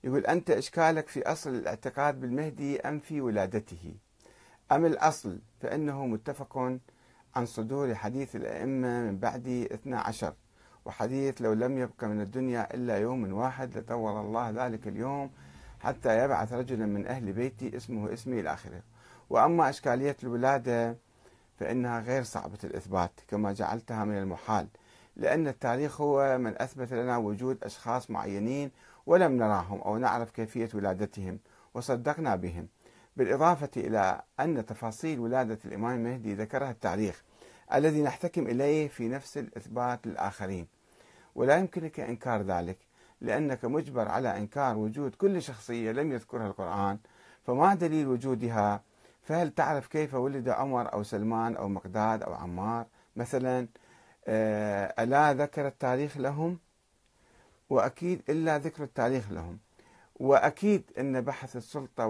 يقول: أنت إشكالك في أصل الاعتقاد بالمهدي أم في ولادته؟ أم الأصل فإنه متفق عن صدور حديث الأئمة من بعد 12، وحديث لو لم يبق من الدنيا إلا يوم واحد لطول الله ذلك اليوم حتى يبعث رجلا من أهل بيتي اسمه اسمي إلى آخره. وأما إشكالية الولادة فإنها غير صعبة الإثبات كما جعلتها من المحال، لأن التاريخ هو من أثبت لنا وجود أشخاص معينين ولم نراهم أو نعرف كيفية ولادتهم وصدقنا بهم، بالإضافة إلى أن تفاصيل ولادة الإمام المهدي ذكرها التاريخ الذي نحتكم إليه في نفس الإثبات للآخرين، ولا يمكنك إنكار ذلك لأنك مجبر على إنكار وجود كل شخصية لم يذكرها القرآن، فما دليل وجودها؟ فهل تعرف كيف ولد عمر أو سلمان أو مقداد أو عمار مثلا؟ ألا ذكر التاريخ لهم؟ وأكيد إلا ذكر التاريخ لهم، وأكيد أن بحث السلطة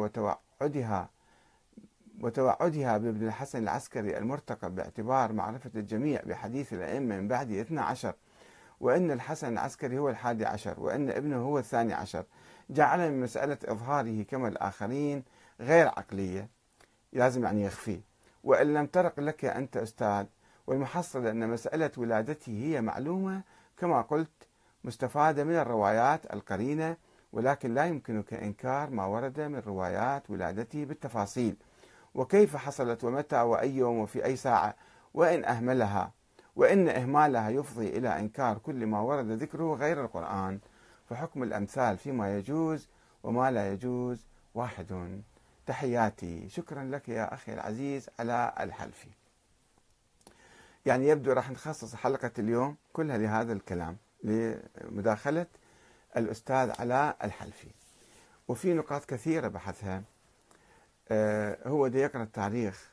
وتوعدها بابن الحسن العسكري المرتقب باعتبار معرفة الجميع بحديث الأئمة من بعد 12، وأن الحسن العسكري هو 11 وأن ابنه هو 12، جعل من مسألة إظهاره كما الآخرين غير عقلية، لازم يعني يخفيه. وإن لم ترق لك أنت أستاذ، والمحصل أن مسألة ولادته هي معلومة كما قلت مستفادة من الروايات القرينة، ولكن لا يمكنك إنكار ما ورد من روايات ولادته بالتفاصيل، وكيف حصلت ومتى وأي يوم وفي أي ساعة، وإن إهمالها يفضي إلى إنكار كل ما ورد ذكره غير القرآن، فحكم الأمثال فيما يجوز وما لا يجوز واحد. تحياتي. شكرا لك يا أخي العزيز على الحلفي. يعني يبدو راح نخصص حلقة اليوم كلها لهذا الكلام، لمداخلة الأستاذ على الحلفي، وفي نقاط كثيرة بحثها. هو دي يقرأ التاريخ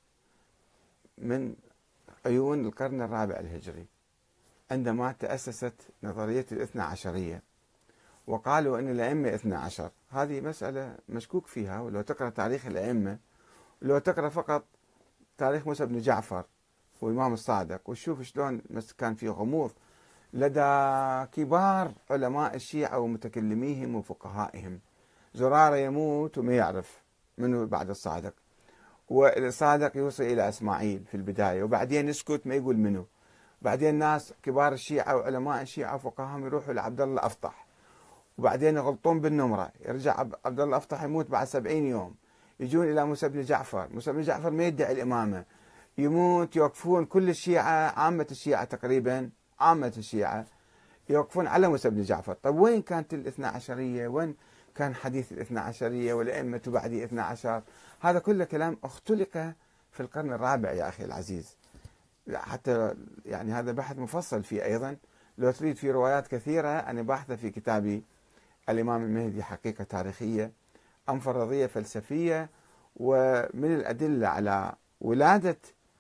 من عيون القرن الرابع الهجري عندما تأسست نظرية الاثنى عشرية، وقالوا أن الأئمة 12. هذه مسألة مشكوك فيها، ولو تقرأ تاريخ الأئمة، ولو تقرأ فقط تاريخ موسى بن جعفر والإمام الصادق، وشوف شلون كان في غموض لدى كبار علماء الشيعة ومتكلميهم وفقهائهم. زرارة يموت وما يعرف منه بعد الصادق، والصادق يوصل إلى إسماعيل في البداية وبعدين يسكت ما يقول منه، بعدين ناس كبار الشيعة وعلماء الشيعة وفقهاهم يروحوا لعبد الله الأفطح، وبعدين يغلطون بالنمرة، يرجع عبد الله الأفطح يموت بعد 70 يوم، يجون إلى موسى بن جعفر، موسى بن جعفر ما يدعي الإمامة، يموت، يوقفون كل الشيعة، عامة الشيعة تقريبا، عامة الشيعة يوقفون على موسى بن جعفر. طيب وين كانت الاثنى عشرية؟ وين كان حديث الاثنى عشرية والأئمة بعد 12؟ هذا كله كلام اختلق في القرن الرابع يا أخي العزيز، حتى يعني هذا بحث مفصل فيه أيضا، لو تريد في روايات كثيرة أنا باحثة في كتابي الإمام المهدي حقيقة تاريخية أم فرضية فلسفية، ومن الأدلة على ولادة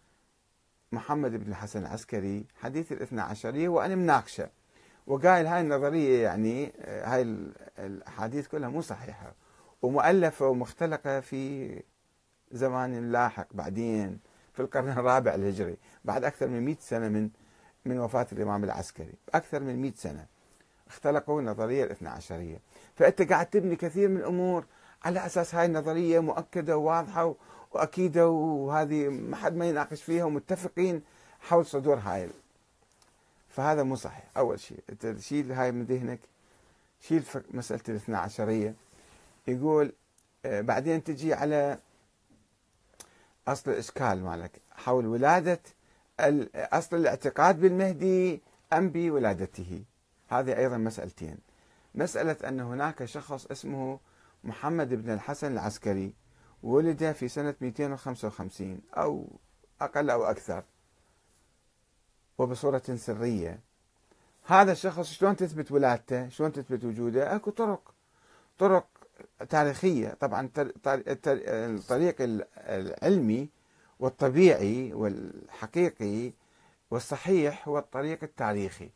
محمد بن الحسن العسكري حديث الاثنى عشرية، وأنا مناقشة وقايل هاي النظرية يعني هاي الأحاديث كلها مو صحيحة ومؤلفة ومختلقة في زمان لاحق بعدين في القرن الرابع الهجري، بعد أكثر من 100 سنة من وفاة الإمام العسكري، أكثر من 100 سنة اختلقوا النظرية الاثنى عشرية. فأنت قاعد تبني كثير من الأمور على أساس هاي النظرية مؤكدة وواضحة وأكيدة، وهذه ما حد ما يناقش فيها ومتفقين حول صدور هاي. فهذا مو صحيح. أول شيء أنت شيل هاي من ذهنك، شيل مسألة الاثنى عشرية. يقول بعدين تجي على أصل الإشكال مالك حول ولادة أصل الاعتقاد بالمهدي أم بولادته. هذه أيضا مسألتين. مسألة أن هناك شخص اسمه محمد بن الحسن العسكري ولد في سنة 255 أو أقل أو أكثر وبصورة سرية. هذا الشخص شلون تثبت ولادته؟ شلون تثبت وجوده؟ أكو طرق تاريخية طبعا. الطريق العلمي والطبيعي والحقيقي والصحيح هو الطريق التاريخي.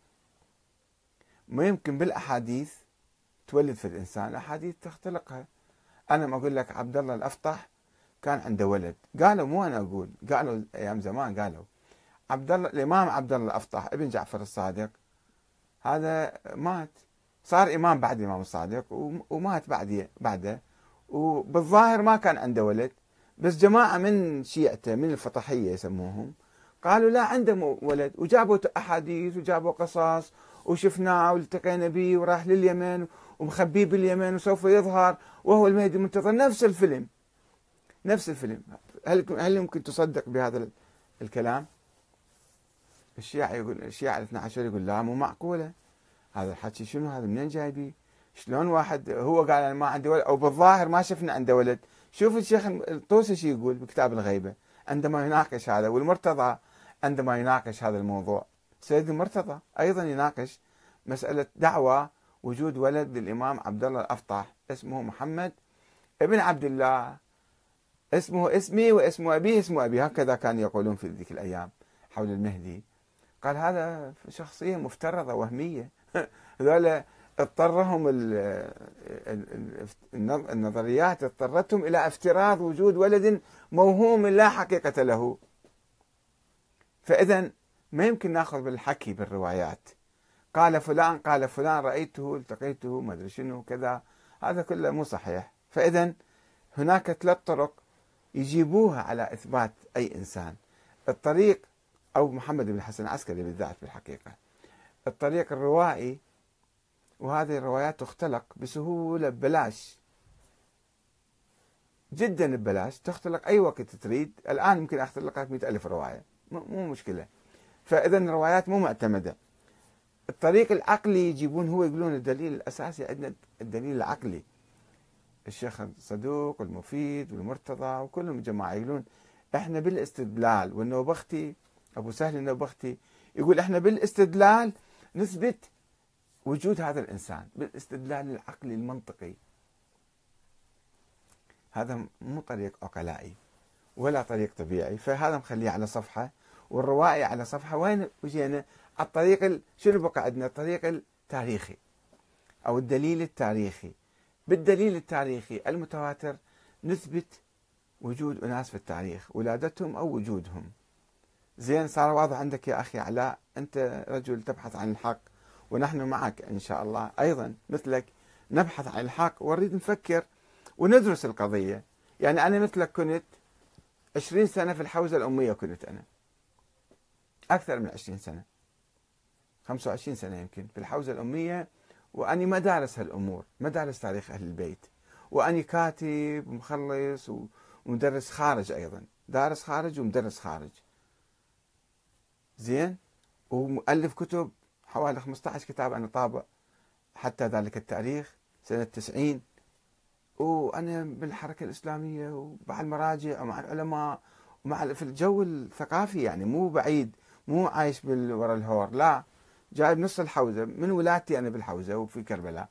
ما يمكن بالأحاديث تولد في الإنسان، الأحاديث تختلقها. أنا ما أقول لك عبد الله الأفطح كان عنده ولد، قالوا مو أنا أقول، قالوا أيام زمان، قالوا الإمام عبد الله الأفطح ابن جعفر الصادق هذا مات صار إمام بعد الإمام الصادق ومات بعده، وبالظاهر ما كان عنده ولد، بس جماعة من شيعته من الفطحية يسموهم قالوا لا عنده ولد، وجابوا أحاديث وجابوا قصص وشفناه والتقينا به وراح لليمن ومخبيه باليمن وسوف يظهر وهو المهدي المنتظر. نفس الفيلم نفس الفيلم. هل يمكن تصدق بهذا الكلام؟ الشيعة الاثنى عشر يقول لا مو معقولة، هذا الحكي شنو هذا منين جايبيه؟ شلون واحد هو قال انا ما عندي ولد، او بالظاهر ما شفنا عنده ولد. شوف الشيخ الطوسي شو يقول بكتاب الغيبة عندما يناقش هذا، والمرتضى عندما يناقش هذا الموضوع. سيد المرتضى ايضا يناقش مسألة دعوى وجود ولد للامام عبد الله الافطح اسمه محمد ابن عبد الله، اسمه اسمي واسم ابيه اسم ابي، هكذا كانوا يقولون في ذيك الايام حول المهدي. قال هذا شخصية مفترضة وهمية. هذول اضطرهم النظريات اضطرتهم إلى افتراض وجود ولد موهوم لا حقيقة له. فإذا ما يمكن ناخذ بالحكي بالروايات، قال فلان قال فلان رأيته التقيته ما أدري شنو كذا، هذا كله مو صحيح. فإذا هناك 3 طرق يجيبوها على إثبات أي إنسان. الطريق أو محمد بن الحسن العسكري بالذات بالحقيقة، الطريق الروائي، وهذه الروايات تختلق بسهولة ببلاش جدا ببلاش، تختلق أي وقت تريد. الآن يمكن أختلق لك 100,000 رواية مو مشكلة. فإذا الروايات مو معتمدة. الطريق العقلي يجيبون، هو يقولون الدليل الأساسي عندنا الدليل العقلي. الشيخ الصدوق والمفيد والمرتضى وكلهم جماعة يقولون احنا بالاستدلال، والنوبختي أبو سهل النوبختي يقول احنا بالاستدلال نثبت وجود هذا الإنسان، بالاستدلال العقلي المنطقي. هذا مو طريق عقلائي ولا طريق طبيعي. فهذا مخليه على صفحة والروائي على صفحة. وين وجينا؟ على الطريق شنو بقى عندنا؟ الطريق التاريخي أو الدليل التاريخي. بالدليل التاريخي المتواتر نثبت وجود أناس في التاريخ، ولادتهم أو وجودهم. زين، صار واضح عندك يا أخي علاء، أنت رجل تبحث عن الحق ونحن معك إن شاء الله أيضا مثلك نبحث عن الحق ونريد نفكر وندرس القضية. يعني أنا مثلك كنت 20 سنة في الحوزة الأمية، كنت أنا أكثر من 20 سنة 25 سنة يمكن في الحوزة الأمية، وأني ما دارس هالأمور، ما دارس تاريخ أهل البيت، وأني كاتب ومخلص ومدرس خارج أيضا، دارس خارج ومدرس خارج. زين، ومؤلف كتب حوالي 15 كتاب أنا طابع حتى ذلك التاريخ سنة 90، وأنا بالحركة الإسلامية ومع المراجع ومع العلماء ومع في الجو الثقافي، يعني مو بعيد، مو عايش ورا الهور، لا، جايب نص الحوزة من ولادتي أنا بالحوزة وفي كربلاء.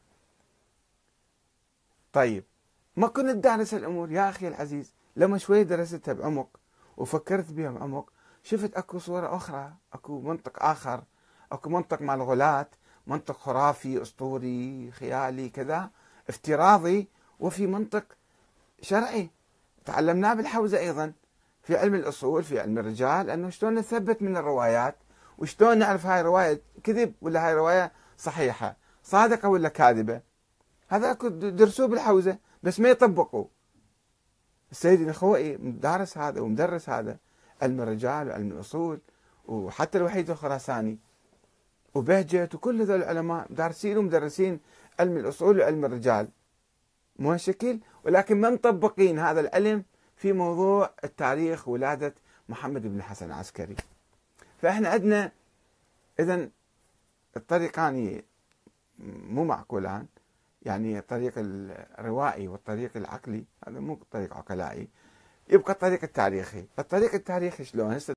طيب ما كنت دارس الأمور يا أخي العزيز، لما شوي درستها بعمق وفكرت بها بعمق شفت أكو صورة أخرى، أكو منطق آخر، أكو منطق مع الغلاة، منطق خرافي أسطوري خيالي كذا افتراضي، وفي منطق شرعي تعلمناه بالحوزة أيضا في علم الأصول في علم الرجال، أنه شلون نثبت من الروايات وشلون نعرف هاي رواية كذب ولا هاي رواية صحيحة، صادقة ولا كاذبة. هذا أكو درسوه بالحوزة بس ما يطبقوا. السيد الخوئي دارس هذا ومدرس هذا، علم الرجال وعلم الأصول، وحتى الوحيد الخراساني وبهجت وكل هذول العلماء دارسين ومدرسين علم الأصول وعلم الرجال، مو هالشكل، ولكن ما مطبقين هذا العلم في موضوع التاريخ ولادة محمد بن الحسن العسكري. فإحنا عندنا إذن الطريقان مو معقولان، يعني الطريق الروائي والطريق العقلي هذا مو طريق عقلائي، يبقى الطريق التاريخي. الطريق التاريخي شلون؟